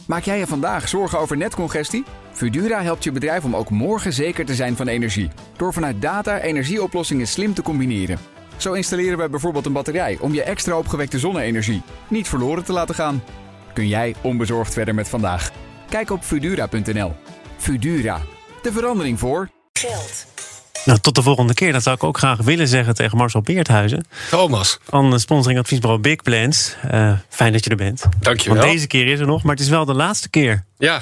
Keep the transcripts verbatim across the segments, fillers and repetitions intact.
Maak jij je vandaag zorgen over netcongestie? Fudura helpt je bedrijf om ook morgen zeker te zijn van energie. Door vanuit data energieoplossingen slim te combineren. Zo installeren we bijvoorbeeld een batterij om je extra opgewekte zonne-energie niet verloren te laten gaan. Kun jij onbezorgd verder met vandaag? Kijk op Fudura punt n l. Fudura, de verandering voor geld. Nou, tot de volgende keer. Dat zou ik ook graag willen zeggen tegen Marcel Beerthuizen. Thomas. Van sponsoring adviesbureau Big Plans. Uh, fijn dat je er bent. Dank je wel. Want deze keer is er nog, maar het is wel de laatste keer. Ja.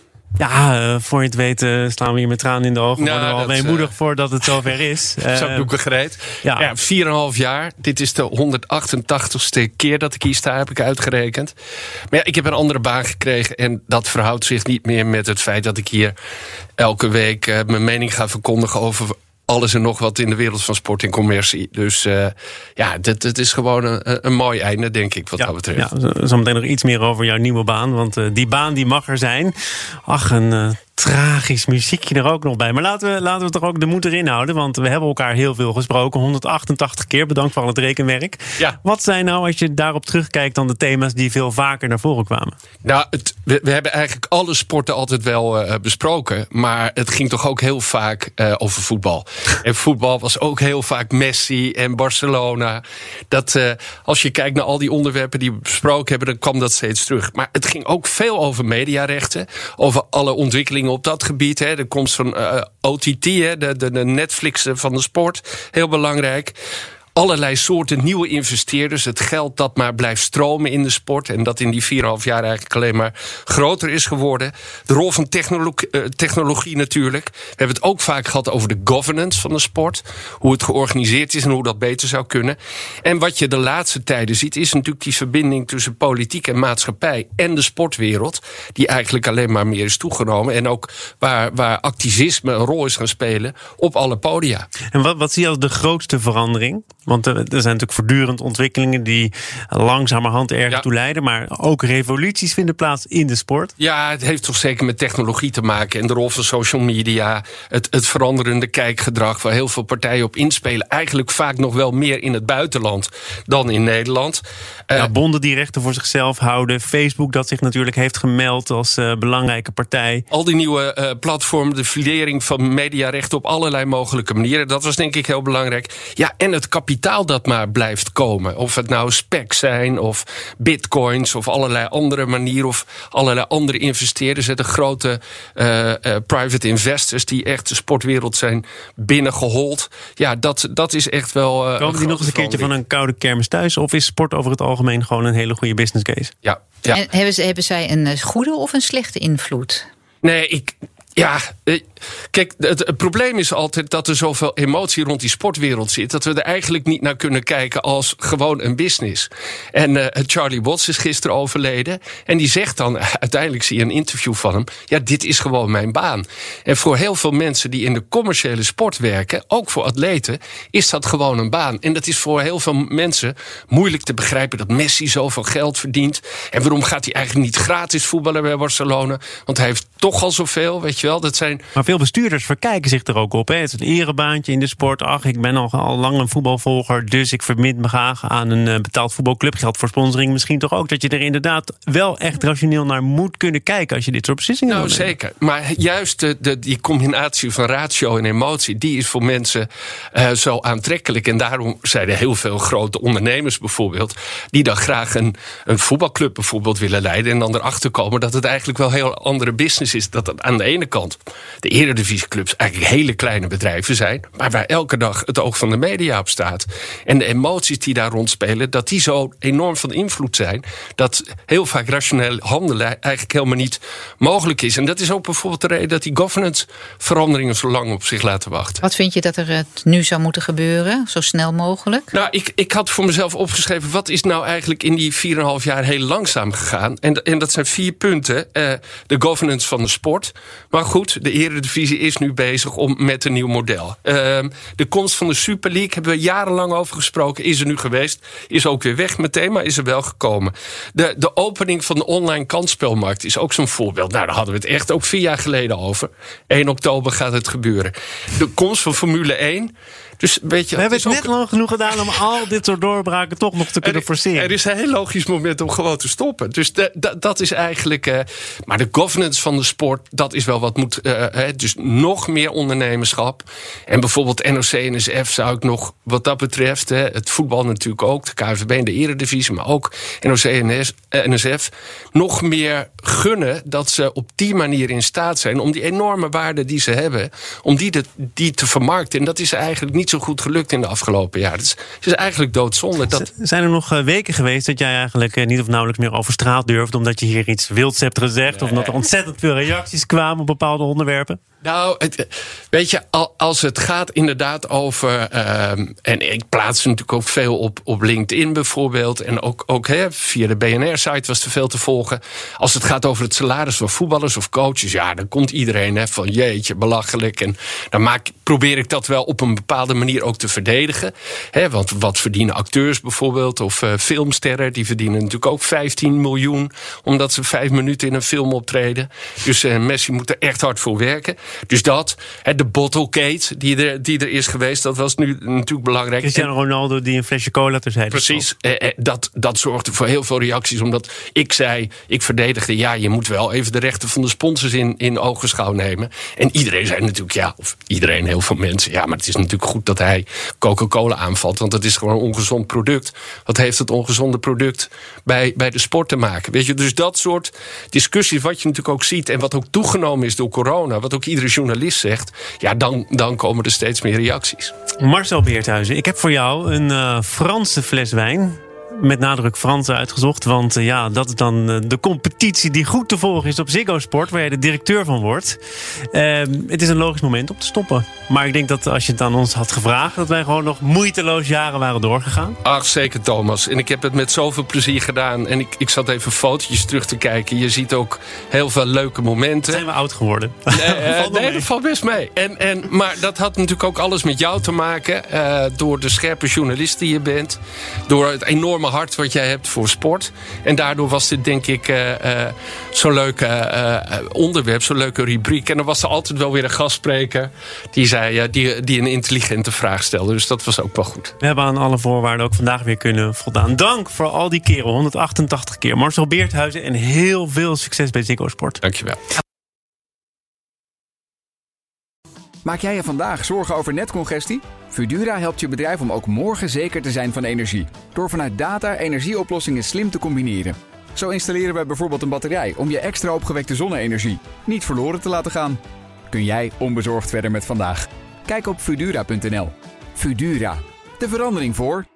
Ja, uh, voor je het weet uh, slaan we hier met tranen in de ogen. We Nou, worden al dat, weemoedig uh, voordat het zover is. Uh, Zakdoeken gereed. Ja. Ja, vier en een half jaar. Dit is de honderdachtentachtigste keer dat ik hier sta, heb ik uitgerekend. Maar ja, ik heb een andere baan gekregen. En dat verhoudt zich niet meer met het feit dat ik hier elke week uh, mijn mening ga verkondigen over alles en nog wat in de wereld van sport en commercie. Dus uh, ja, het is gewoon een, een mooi einde, denk ik, wat ja, dat betreft. Ja, zometeen nog iets meer over jouw nieuwe baan. Want uh, die baan die mag er zijn. Ach, een uh, tragisch muziekje er ook nog bij. Maar laten we, laten we toch ook de moed erin houden. Want we hebben elkaar heel veel gesproken. honderdachtentachtig keer. Bedankt voor al het rekenwerk. Ja. Wat zijn nou, als je daarop terugkijkt, dan de thema's die veel vaker naar voren kwamen? Nou, het, we, we hebben eigenlijk alle sporten altijd wel uh, besproken. Maar het ging toch ook heel vaak uh, over voetbal. En voetbal was ook heel vaak Messi en Barcelona. Dat, uh, als je kijkt naar al die onderwerpen die we besproken hebben, dan kwam dat steeds terug. Maar het ging ook veel over mediarechten. Over alle ontwikkelingen op dat gebied. Hè. De komst van uh, O T T, hè, de, de, de Netflix van de sport. Heel belangrijk. Allerlei soorten nieuwe investeerders. Het geld dat maar blijft stromen in de sport. En dat in die vier en een half jaar eigenlijk alleen maar groter is geworden. De rol van technologie, uh, technologie natuurlijk. We hebben het ook vaak gehad over de governance van de sport. Hoe het georganiseerd is en hoe dat beter zou kunnen. En wat je de laatste tijden ziet, is natuurlijk die verbinding tussen politiek en maatschappij en de sportwereld. Die eigenlijk alleen maar meer is toegenomen. En ook waar, waar activisme een rol is gaan spelen op alle podia. En wat, wat zie je als de grootste verandering? Want er zijn natuurlijk voortdurend ontwikkelingen die langzamerhand ergens ja. toe leiden. Maar ook revoluties vinden plaats in de sport. Ja, het heeft toch zeker met technologie te maken. En de rol van social media. Het, het veranderende kijkgedrag waar heel veel partijen op inspelen. Eigenlijk vaak nog wel meer in het buitenland dan in Nederland. Ja, uh, bonden die rechten voor zichzelf houden. Facebook dat zich natuurlijk heeft gemeld als uh, belangrijke partij. Al die nieuwe uh, platformen, de filering van mediarechten op allerlei mogelijke manieren. Dat was denk ik heel belangrijk. Ja, en het kapitaal dat maar blijft komen. Of het nou specs zijn of bitcoins of allerlei andere manieren. Of allerlei andere investeerders. De grote uh, uh, private investors die echt de sportwereld zijn binnengehold. Ja, dat, dat is echt wel uh, Komen die nog eens een keertje van een koude kermis thuis? Of is sport over het algemeen gewoon een hele goede business case? Ja, ja. En hebben, ze, hebben zij een goede of een slechte invloed? Nee, ik... Ja, kijk, het, het probleem is altijd dat er zoveel emotie rond die sportwereld zit, dat we er eigenlijk niet naar kunnen kijken als gewoon een business. En uh, Charlie Watts is gisteren overleden. En die zegt dan, uiteindelijk zie je een interview van hem, ja, dit is gewoon mijn baan. En voor heel veel mensen die in de commerciële sport werken, ook voor atleten, is dat gewoon een baan. En dat is voor heel veel mensen moeilijk te begrijpen dat Messi zoveel geld verdient. En waarom gaat hij eigenlijk niet gratis voetballen bij Barcelona? Want hij heeft toch al zoveel, weet je wel. Dat zijn... Maar veel bestuurders verkijken zich er ook op. Hè. Het is een erebaantje in de sport. Ach, ik ben al, al lang een voetbalvolger, dus ik verbind me graag aan een uh, betaald voetbalclub. Geldt voor sponsoring misschien toch ook dat je er inderdaad wel echt rationeel naar moet kunnen kijken als je dit soort beslissingen Nou, wil nemen. zeker. Maar juist de, de, die combinatie van ratio en emotie, die is voor mensen uh, zo aantrekkelijk. En daarom zijn er heel veel grote ondernemers bijvoorbeeld, die dan graag een, een voetbalclub bijvoorbeeld willen leiden en dan erachter komen dat het eigenlijk wel een heel andere business is. Dat het aan de ene kant de eredivisieclubs eigenlijk hele kleine bedrijven zijn, maar waar elke dag het oog van de media op staat. En de emoties die daar rondspelen, dat die zo enorm van invloed zijn, dat heel vaak rationeel handelen eigenlijk helemaal niet mogelijk is. En dat is ook bijvoorbeeld de reden dat die governance veranderingen zo lang op zich laten wachten. Wat vind je dat er uh, nu zou moeten gebeuren, zo snel mogelijk? Nou, ik, ik had voor mezelf opgeschreven, wat is nou eigenlijk in die vier en een half jaar heel langzaam gegaan? En, en dat zijn vier punten. Uh, de governance van de sport. Maar goed, de Eredivisie is nu bezig om met een nieuw model. Uh, de komst van de Super League hebben we jarenlang over gesproken. Is er nu geweest. Is ook weer weg meteen, maar is er wel gekomen. De, de opening van de online kansspelmarkt is ook zo'n voorbeeld. Nou, daar hadden we het echt ook vier jaar geleden over. één oktober gaat het gebeuren. De komst van Formule één... Dus, weet je, we hebben het net ook lang genoeg gedaan om al dit soort doorbraken toch nog te kunnen er, forceren. Er is een heel logisch moment om gewoon te stoppen. Dus de, de, dat is eigenlijk... Uh, maar de governance van de sport, dat is wel wat moet... Uh, he, dus nog meer ondernemerschap. En bijvoorbeeld N O C N S F zou ik nog, wat dat betreft... He, het voetbal natuurlijk ook, de K N V B en de Eredivisie... maar ook N O C N S F... nog meer gunnen dat ze op die manier in staat zijn... om die enorme waarde die ze hebben... om die, de, die te vermarkten. En dat is eigenlijk niet zo goed gelukt in de afgelopen jaren. Het is, het is eigenlijk doodzonde. Dat... Zijn er nog weken geweest dat jij eigenlijk niet of nauwelijks meer over straat durft... omdat je hier iets wilds hebt gezegd... Nee. Of omdat er ontzettend veel reacties kwamen op bepaalde onderwerpen? Nou, het, weet je, als het gaat inderdaad over... Uh, en ik plaats natuurlijk ook veel op, op LinkedIn bijvoorbeeld... en ook, ook hè, via de B N R-site was er veel te volgen. Als het gaat over het salaris van voetballers of coaches... ja, dan komt iedereen hè, van jeetje, belachelijk. En dan maak, probeer ik dat wel op een bepaalde manier ook te verdedigen. Hè, want wat verdienen acteurs bijvoorbeeld of uh, filmsterren... die verdienen natuurlijk ook vijftien miljoen... omdat ze vijf minuten in een film optreden. Dus uh, Messi moet er echt hard voor werken... Dus dat, de bottlecate die er, die er is geweest, dat was nu natuurlijk belangrijk. Cristiano Ronaldo die een flesje cola terzijde. Precies, eh, dat, dat zorgde voor heel veel reacties. Omdat ik zei, ik verdedigde, ja, je moet wel even de rechten van de sponsors in, in ogenschouw nemen. En iedereen zei natuurlijk, ja, of iedereen, heel veel mensen, ja, maar het is natuurlijk goed dat hij Coca-Cola aanvalt. Want het is gewoon een ongezond product. Wat heeft het ongezonde product bij, bij de sport te maken? Weet je, dus dat soort discussies, wat je natuurlijk ook ziet en wat ook toegenomen is door corona, wat ook iedere journalist zegt, ja, dan, dan komen er steeds meer reacties. Marcel Beerthuizen, ik heb voor jou een uh, Franse fles wijn. Met nadruk Frans uitgezocht. Want uh, ja, dat is dan uh, de competitie die goed te volgen is op Ziggo Sport, waar jij de directeur van wordt. Uh, het is een logisch moment om te stoppen. Maar ik denk dat als je het aan ons had gevraagd, dat wij gewoon nog moeiteloos jaren waren doorgegaan. Ach, zeker Thomas. En ik heb het met zoveel plezier gedaan. En ik, ik zat even fotootjes terug te kijken. Je ziet ook heel veel leuke momenten. Zijn we oud geworden? Nee, uh, nee dat valt best mee. En, en, maar dat had natuurlijk ook alles met jou te maken. Uh, door de scherpe journalist die je bent. Door het enorme hart wat jij hebt voor sport. En daardoor was dit denk ik uh, uh, zo'n leuk uh, onderwerp, zo'n leuke rubriek. En dan was er altijd wel weer een gastspreker die zei, uh, die, die een intelligente vraag stelde. Dus dat was ook wel goed. We hebben aan alle voorwaarden ook vandaag weer kunnen voldaan. Dank voor al die keren, honderdachtentachtig keer. Marcel Beerthuizen en heel veel succes bij Ziggo Sport. Dankjewel. Maak jij je vandaag zorgen over netcongestie? Fudura helpt je bedrijf om ook morgen zeker te zijn van energie. Door vanuit data energieoplossingen slim te combineren. Zo installeren we bijvoorbeeld een batterij om je extra opgewekte zonne-energie niet verloren te laten gaan. Kun jij onbezorgd verder met vandaag? Kijk op Fudura punt n l. Fudura, de verandering voor...